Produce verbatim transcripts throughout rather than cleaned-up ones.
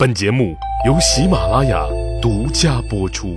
本节目由喜马拉雅独家播出。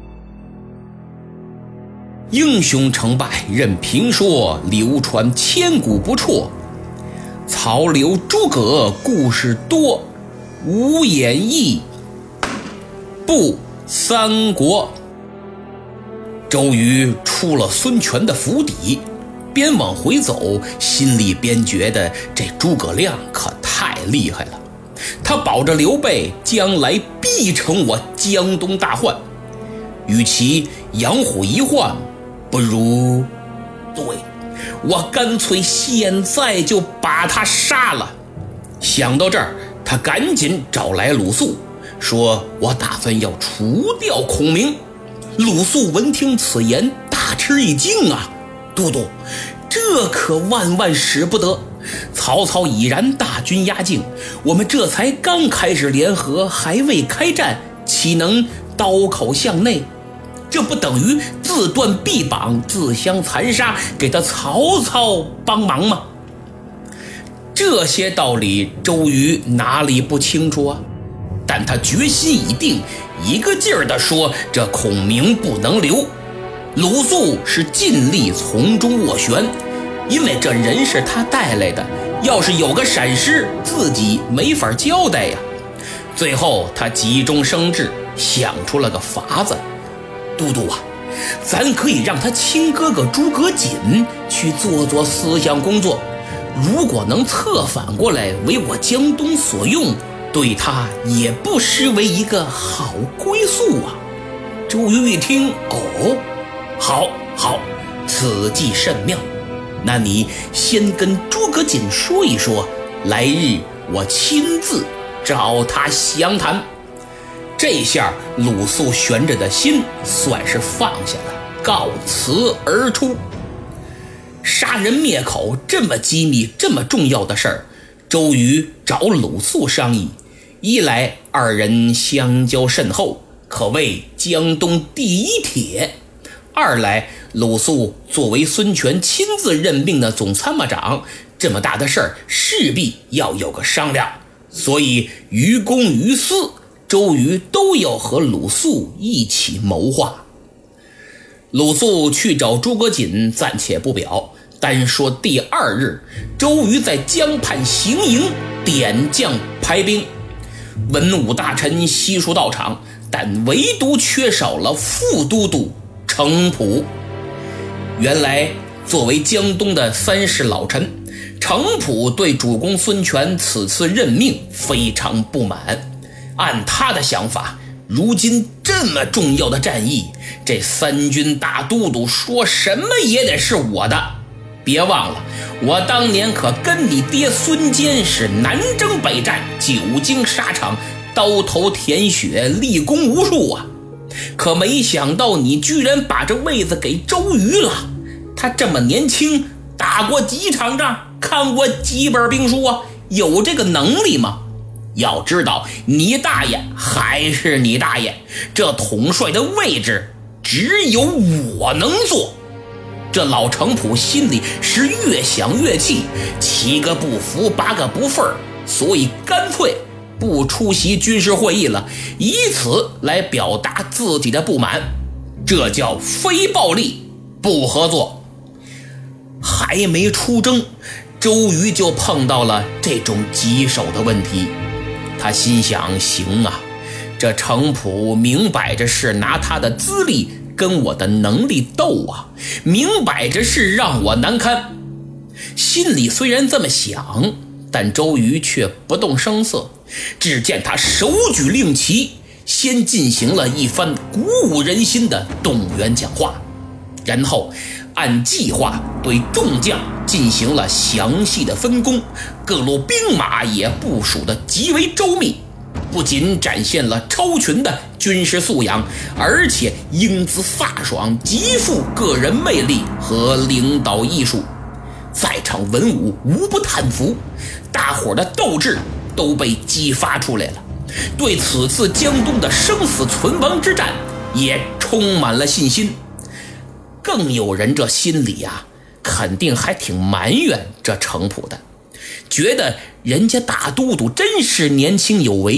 英雄成败任评说，流传千古不辍。曹刘诸葛故事多，无演义不三国。周瑜出了孙权的府邸，边往回走，心里边觉得这诸葛亮可太厉害了，他保着刘备将来必成我江东大患，与其养虎一患，不如对我干脆现在就把他杀了。想到这儿，他赶紧找来鲁肃，说我打算要除掉孔明。鲁肃闻听此言，大吃一惊啊，都督，这可万万使不得，曹操已然大军压境，我们这才刚开始联合，还未开战，岂能刀口向内？这不等于自断臂膀，自相残杀，给他曹操帮忙吗？这些道理周瑜哪里不清楚啊？但他决心已定，一个劲儿地说这孔明不能留。鲁肃是尽力从中斡旋，因为这人是他带来的，要是有个闪失，自己没法交代呀。最后他急中生智，想出了个法子。都督啊，咱可以让他亲哥哥诸葛瑾去做做思想工作，如果能策反过来为我江东所用，对他也不失为一个好归宿啊。周瑜一听，哦，好好，此计甚妙，那你先跟诸葛瑾说一说，来日我亲自找他详谈。这下鲁肃悬着的心算是放下了，告辞而出。杀人灭口这么机密这么重要的事儿，周瑜找鲁肃商议，一来二人相交甚厚，可谓江东第一铁；二来鲁肃作为孙权亲自任命的总参谋长，这么大的事儿势必要有个商量，所以于公于私，周瑜都要和鲁肃一起谋划。鲁肃去找诸葛瑾暂且不表，单说第二日，周瑜在江畔行营，点将排兵，文武大臣悉数到场，但唯独缺少了副都督程普。原来作为江东的三世老臣，程普对主公孙权此次任命非常不满。按他的想法，如今这么重要的战役，这三军大都督说什么也得是我的。别忘了，我当年可跟你爹孙坚是南征北战，久经沙场，刀头舔血，立功无数啊！可没想到你居然把这位子给周瑜了。他这么年轻，打过几场仗，看过几本兵书啊？有这个能力吗？要知道，你大爷还是你大爷，这统帅的位置只有我能做。这老程普心里是越想越气，七个不服八个不忿，所以干脆不出席军事会议了，以此来表达自己的不满。这叫非暴力不合作。还没出征，周瑜就碰到了这种棘手的问题。他心想，行啊，这程普明摆着是拿他的资历跟我的能力斗啊，明摆着是让我难堪。心里虽然这么想，但周瑜却不动声色。只见他手举令旗，先进行了一番鼓舞人心的动员讲话，然后按计划对众将进行了详细的分工，各路兵马也部署得极为周密，不仅展现了超群的军事素养，而且英姿飒爽，极富个人魅力和领导艺术。在场文武无不叹服，大伙的斗志都被激发出来了，对此次江东的生死存亡之战也充满了信心。更有人这心里啊，肯定还挺埋怨这程普的，觉得人家大都督真是年轻有为，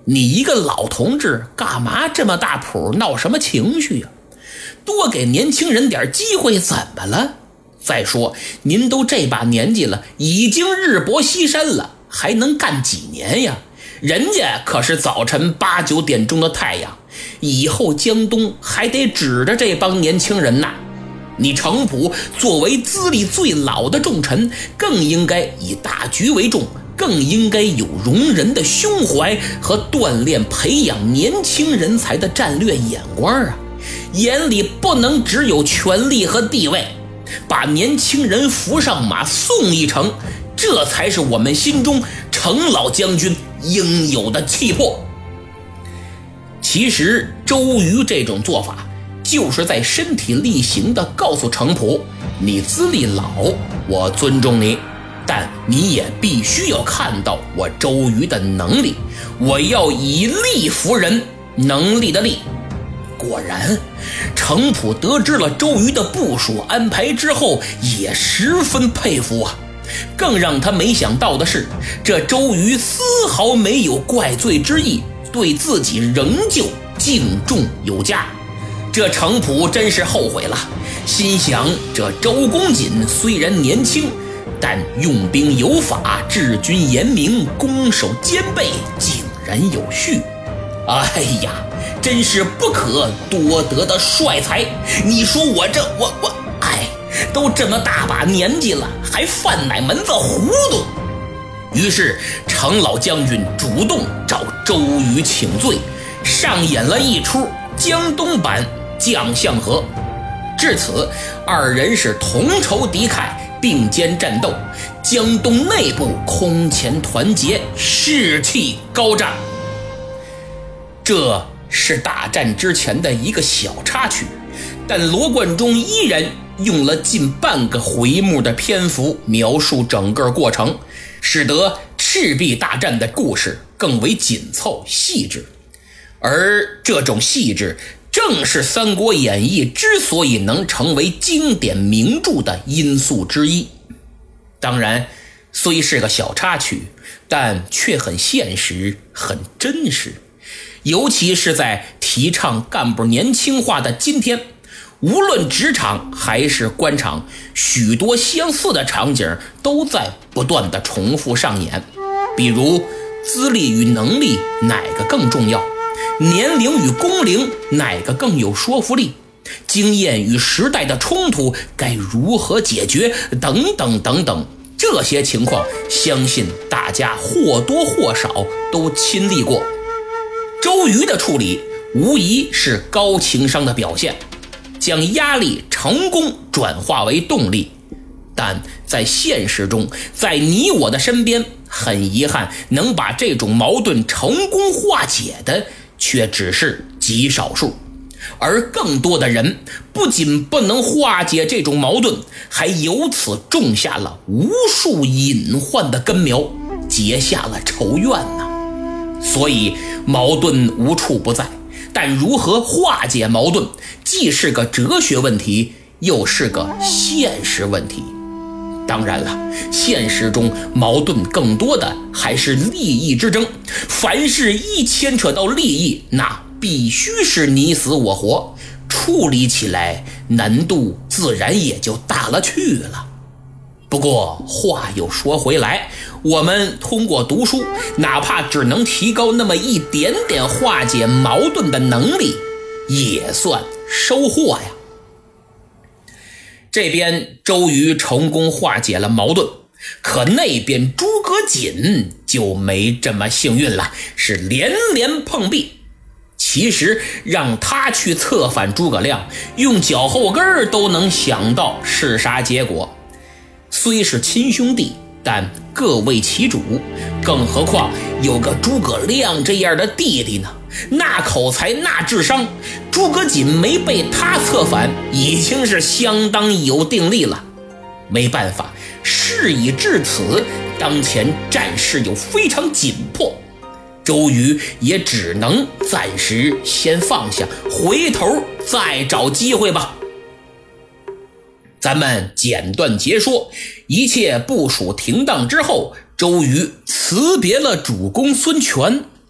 你一个老同志干嘛这么大谱，闹什么情绪呀？多给年轻人点机会怎么了？再说您都这把年纪了，已经日薄西山了，还能干几年呀？人家可是早晨八九点钟的太阳，以后江东还得指着这帮年轻人呐。你程普作为资历最老的重臣，更应该以大局为重，更应该有容人的胸怀和锻炼培养年轻人才的战略眼光啊！眼里不能只有权力和地位，把年轻人扶上马送一程，这才是我们心中程老将军应有的气魄。其实周瑜这种做法就是在身体力行地告诉程普，你资历老，我尊重你，但你也必须要看到我周瑜的能力，我要以力服人，能力的力。果然，程普得知了周瑜的部署安排之后，也十分佩服啊。更让他没想到的是，这周瑜丝毫没有怪罪之意，对自己仍旧敬重有加。这程普真是后悔了，心想这周公瑾虽然年轻，但用兵有法，治军严明，攻守兼备，井然有序。哎呀，真是不可多得的帅才！你说我这我我哎，都这么大把年纪了，还犯哪门子糊涂？于是程老将军主动找周瑜请罪，上演了一出江东版将相和。至此，二人是同仇敌忾，并肩战斗，江东内部空前团结，士气高涨。这是大战之前的一个小插曲，但罗贯中依然用了近半个回目的篇幅描述整个过程，使得赤壁大战的故事更为紧凑细致。而这种细致正是《三国演义》之所以能成为经典名著的因素之一。当然，虽是个小插曲，但却很现实，很真实。尤其是在提倡干部年轻化的今天，无论职场还是官场，许多相似的场景都在不断的重复上演。比如，资历与能力哪个更重要？年龄与工龄哪个更有说服力？经验与时代的冲突该如何解决？等等等等，这些情况相信大家或多或少都亲历过。周瑜的处理无疑是高情商的表现，将压力成功转化为动力。但在现实中，在你我的身边，很遗憾能把这种矛盾成功化解的却只是极少数，而更多的人不仅不能化解这种矛盾，还由此种下了无数隐患的根苗，结下了仇怨呐。所以矛盾无处不在，但如何化解矛盾，既是个哲学问题，又是个现实问题。当然了，现实中矛盾更多的还是利益之争，凡事一牵扯到利益，那必须是你死我活，处理起来难度自然也就大了去了。不过话又说回来，我们通过读书，哪怕只能提高那么一点点化解矛盾的能力，也算收获呀。这边周瑜成功化解了矛盾，可那边诸葛瑾就没这么幸运了，是连连碰壁。其实让他去策反诸葛亮，用脚后跟都能想到是啥结果。虽是亲兄弟，但各为其主，更何况有个诸葛亮这样的弟弟呢？那口才，那智商，诸葛瑾没被他策反，已经是相当有定力了。没办法，事已至此，当前战事又非常紧迫，周瑜也只能暂时先放下，回头再找机会吧。咱们简短截说，一切部署停当之后，周瑜辞别了主公孙权，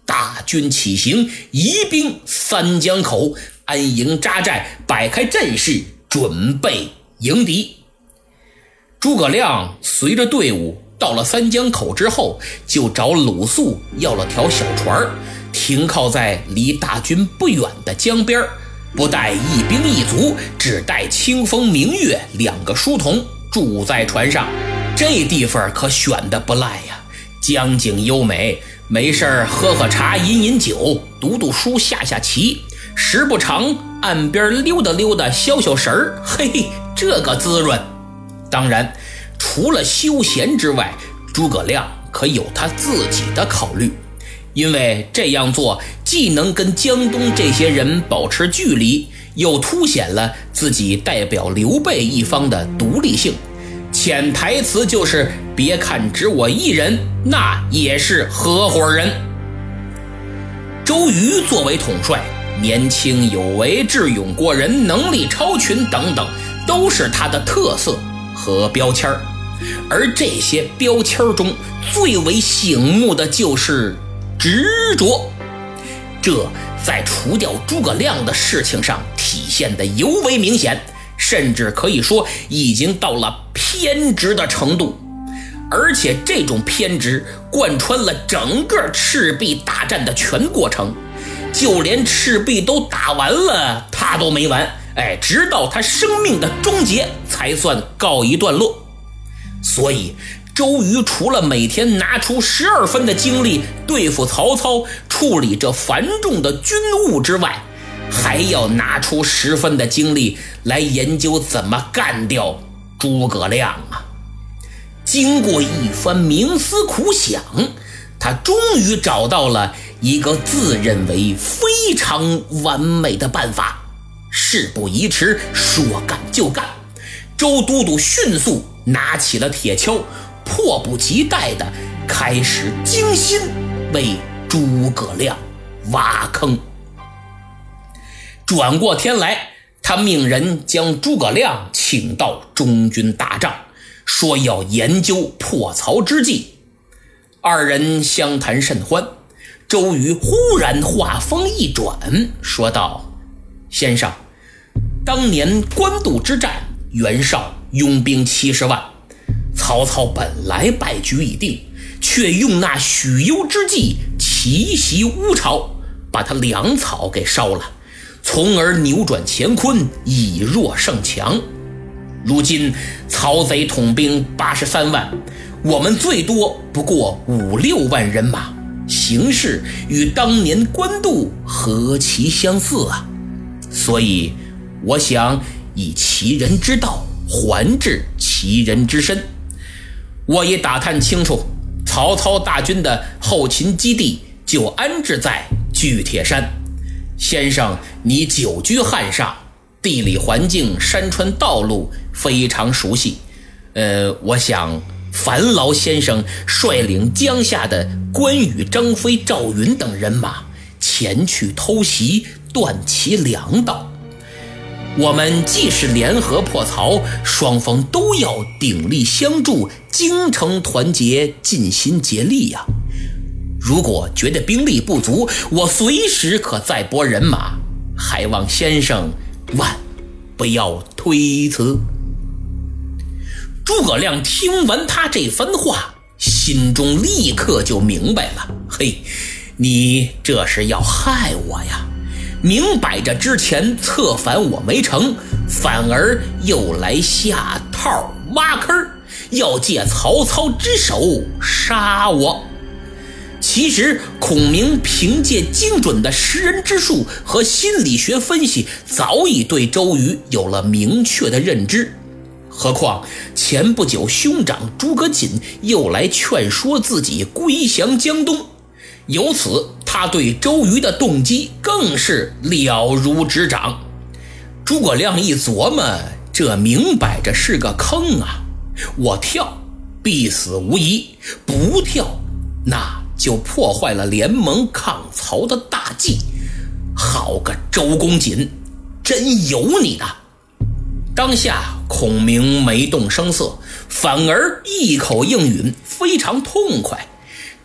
大军起行，移兵三江口，安营扎寨，摆开阵势，准备迎敌。诸葛亮随着队伍到了三江口之后，就找鲁肃要了条小船，停靠在离大军不远的江边，不带一兵一卒，只带清风明月两个书童住在船上。这地方可选得不赖呀，江景优美，没事喝喝茶，饮饮酒，读读书，下下棋，时不常岸边溜达溜达，消消神儿，嘿嘿，这个滋润。当然除了休闲之外，诸葛亮可有他自己的考虑，因为这样做既能跟江东这些人保持距离，又凸显了自己代表刘备一方的独立性。潜台词就是别看只我一人，那也是合伙人。周瑜作为统帅，年轻有为，智勇过人，能力超群等等，都是他的特色和标签。而这些标签中最为醒目的就是执着，这在除掉诸葛亮的事情上体现得尤为明显，甚至可以说已经到了偏执的程度。而且这种偏执贯穿了整个赤壁大战的全过程，就连赤壁都打完了他都没完，哎，直到他生命的终结才算告一段落。所以周瑜除了每天拿出十二分的精力对付曹操，处理这繁重的军务之外，还要拿出十分的精力来研究怎么干掉诸葛亮啊。经过一番冥思苦想，他终于找到了一个自认为非常完美的办法。事不宜迟，说干就干。周都督迅速拿起了铁锹，迫不及待地开始精心为诸葛亮挖坑。转过天来，他命人将诸葛亮请到中军大帐，说要研究破曹之计。二人相谈甚欢，周瑜忽然话锋一转，说道：先生，当年官渡之战，袁绍拥兵七十万，曹操本来败局已定，却用那许攸之计奇袭乌巢，把他粮草给烧了，从而扭转乾坤，以弱胜强。如今曹贼统兵八十三万，我们最多不过五六万人马，形势与当年官渡何其相似啊！所以我想以其人之道还治其人之身。我已打探清楚，曹操大军的后勤基地就安置在巨铁山。先生你久居汉上，地理环境、山川道路非常熟悉，呃，我想烦劳先生率领江夏的关羽、张飞、赵云等人马前去偷袭，断其粮道。我们既是联合破曹，双方都要鼎力相助，精诚团结，尽心竭力呀、啊。如果觉得兵力不足，我随时可再拨人马，还望先生万不要推辞。诸葛亮听完他这番话，心中立刻就明白了，嘿，你这是要害我呀，明摆着之前策反我没成，反而又来下套挖坑，要借曹操之手杀我。其实孔明凭借精准的识人之术和心理学分析，早已对周瑜有了明确的认知。何况前不久兄长诸葛瑾又来劝说自己归降江东，由此他对周瑜的动机更是了如指掌。诸葛亮一琢磨，这明摆着是个坑啊，我跳必死无疑，不跳那就破坏了联盟抗曹的大计。好个周公瑾，真有你的！当下孔明没动声色，反而一口应允，非常痛快。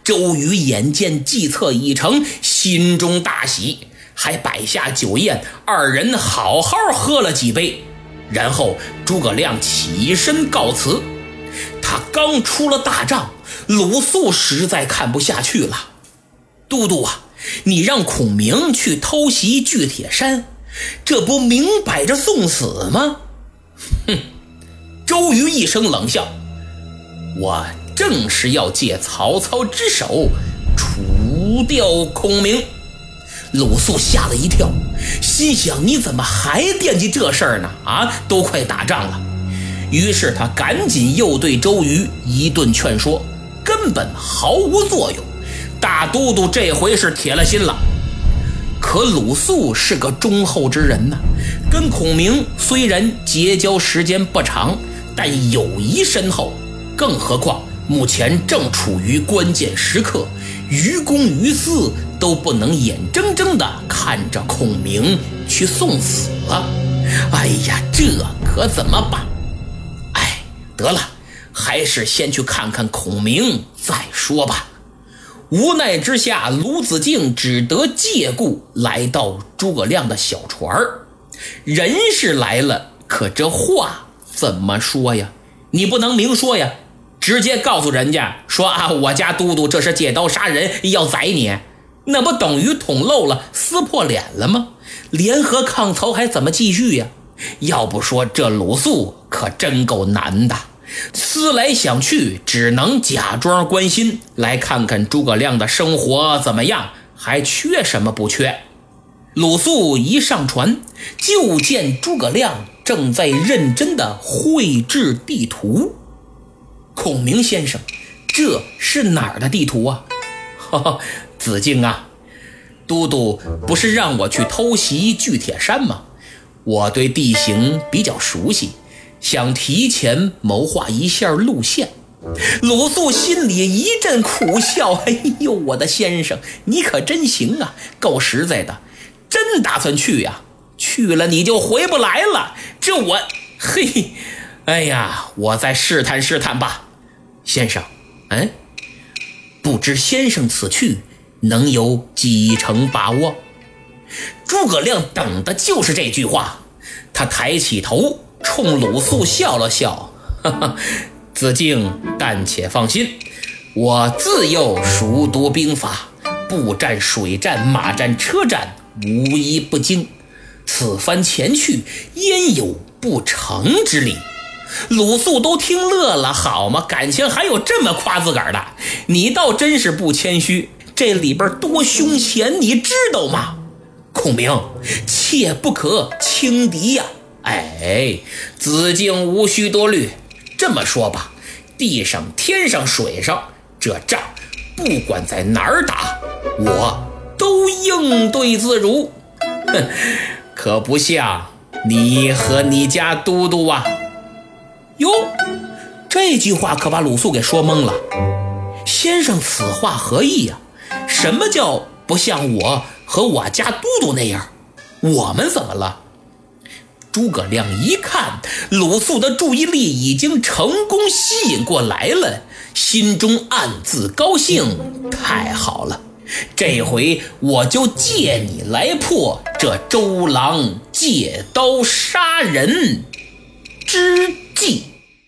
周瑜眼见计策已成，心中大喜，还摆下酒宴，二人好好喝了几杯。然后诸葛亮起身告辞。他刚出了大帐，鲁肃实在看不下去了。都督啊，你让孔明去偷袭巨铁山，这不明摆着送死吗？哼！周瑜一声冷笑，我正是要借曹操之手除掉孔明。鲁肃吓了一跳，心想你怎么还惦记这事儿呢？啊，都快打仗了。于是他赶紧又对周瑜一顿劝说，根本毫无作用。大都督这回是铁了心了。可鲁肃是个忠厚之人呢，跟孔明虽然结交时间不长，但友谊深厚。更何况目前正处于关键时刻，于公于私都不能眼睁睁地看着孔明去送死啊！哎呀，这可怎么办？哎，得了，还是先去看看孔明再说吧。无奈之下，卢子敬只得借故来到诸葛亮的小船儿。人是来了，可这话怎么说呀？你不能明说呀，直接告诉人家说啊，我家都督这是借刀杀人，要宰你，那不等于捅漏了，撕破脸了吗？联合抗曹还怎么继续呀？要不说这鲁肃可真够难的。思来想去，只能假装关心，来看看诸葛亮的生活怎么样，还缺什么不缺。鲁肃一上船，就见诸葛亮正在认真地绘制地图。孔明先生，这是哪儿的地图啊？哈哈，子敬啊，都督不是让我去偷袭巨铁山吗？我对地形比较熟悉，想提前谋划一下路线。鲁肃心里一阵苦笑，哎呦，我的先生，你可真行啊，够实在的，真打算去呀？去了你就回不来了，这我，嘿，哎呀，我再试探试探吧。先生，哎，不知先生此去能有几成把握？诸葛亮等的就是这句话，他抬起头冲鲁肃笑了笑，哈哈，子敬暂且放心，我自幼熟读兵法，步战、水战、马战、车战无一不精，此番前去焉有不成之理？鲁肃都听乐了，好吗？感情还有这么夸自个儿的？你倒真是不谦虚，这里边多凶险你知道吗？孔明，切不可轻敌呀！哎，子敬无需多虑，这么说吧，地上、天上、水上，这仗不管在哪儿打，我都应对自如。哼，可不像你和你家都督啊。哟，这句话可把鲁肃给说懵了。先生此话何意呀？什么叫不像我和我家都督那样？我们怎么了？诸葛亮一看鲁肃的注意力已经成功吸引过来了，心中暗自高兴，太好了，这回我就借你来破这周郎借刀杀人之计。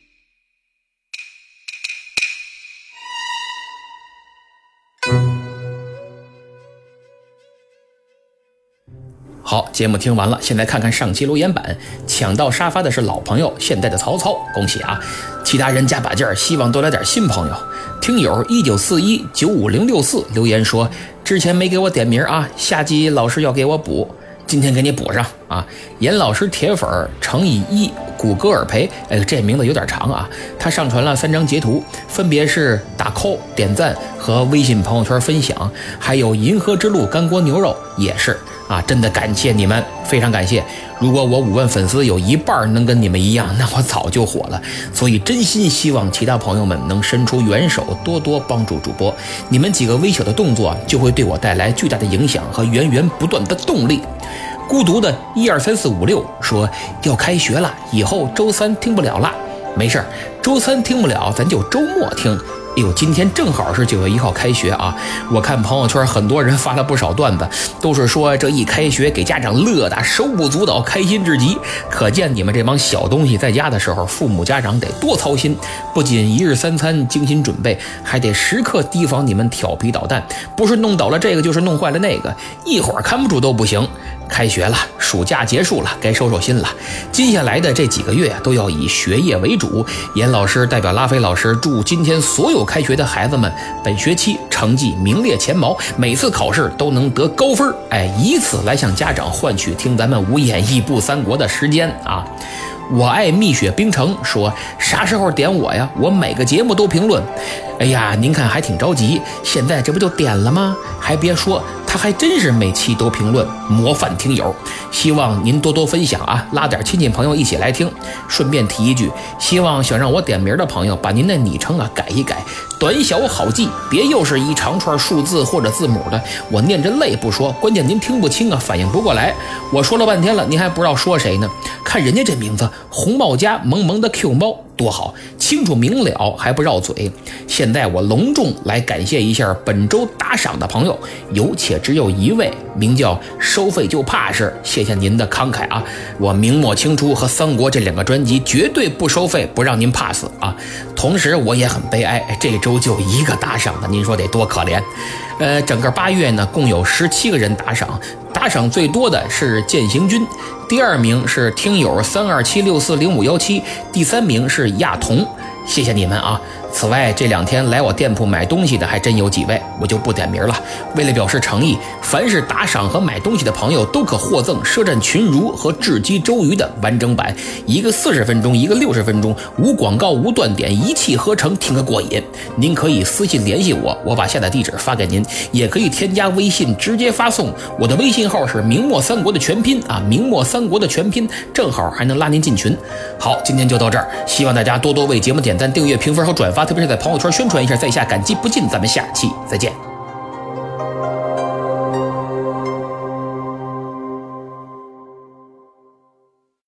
好，节目听完了，现在看看上期留言板。抢到沙发的是老朋友，现在的曹操，恭喜啊！其他人加把劲儿，希望多来点新朋友。听友一九四一九五零六四留言说，之前没给我点名啊，下集老师要给我补，今天给你补上啊。严老师铁粉乘以一，谷歌尔培，哎，这名字有点长啊。他上传了三张截图，分别是打 call、点赞和微信朋友圈分享，还有银河之路干锅牛肉也是。啊，真的感谢你们，非常感谢。如果我五万粉丝有一半能跟你们一样，那我早就火了。所以真心希望其他朋友们能伸出援手，多多帮助主播。你们几个微小的动作就会对我带来巨大的影响和源源不断的动力。孤独的一二三四五六说要开学了，以后周三听不了了。没事，周三听不了，咱就周末听。 呦，今天正好是九月一号开学啊！我看朋友圈很多人发了不少段子，都是说这一开学给家长乐得手舞足蹈，开心至极。可见你们这帮小东西在家的时候，父母家长得多操心，不仅一日三餐精心准备，还得时刻提防你们调皮捣蛋，不是弄倒了这个就是弄坏了那个，一会儿看不住都不行。开学了，暑假结束了，该收收心了。接下来的这几个月都要以学业为主。严老师代表拉菲老师祝今天所有开学的孩子们本学期成绩名列前茅，每次考试都能得高分，哎，以此来向家长换取听咱们无演义不三国的时间啊。我爱蜜雪冰城说啥时候点我呀？我每个节目都评论。哎呀，您看还挺着急，现在这不就点了吗？还别说，他还真是每期都评论，模范听友。希望您多多分享啊，拉点亲戚朋友一起来听。顺便提一句，希望想让我点名的朋友把您的昵称啊改一改，短小好记，别又是一长串数字或者字母的，我念着累不说，关键您听不清啊，反应不过来。我说了半天了，您还不知道说谁呢？看人家这名字，红帽家萌萌的 Q 猫多好，清楚明了还不绕嘴。现在我隆重来感谢一下本周打赏的朋友，有且只有一位，名叫收费就怕是，谢谢您的慷慨啊！我明末清初和三国这两个专辑绝对不收费，不让您 pass 啊！同时我也很悲哀，这周就一个打赏的，您说得多可怜。呃，整个八月呢，共有十七个人打赏，打赏最多的是践行军，第二名是听友三二七六四零五一七，第三名是亚彤，谢谢你们啊！此外，这两天来我店铺买东西的还真有几位，我就不点名了。为了表示诚意，凡是打赏和买东西的朋友都可获赠《舌战群儒》和《雉鸡周瑜》的完整版，一个四十分钟，一个六十分钟，无广告无断点，一气呵成，听个过瘾。您可以私信联系我，我把下载地址发给您，也可以添加微信直接发送。我的微信号是明末三国的全拼啊，明末三国的全拼，正好还能拉您进群。好，今天就到这儿，希望大家多多为节目点赞、订阅、评分和转发，特别是在朋友圈宣传一下，在下感激不尽。咱们下期再见。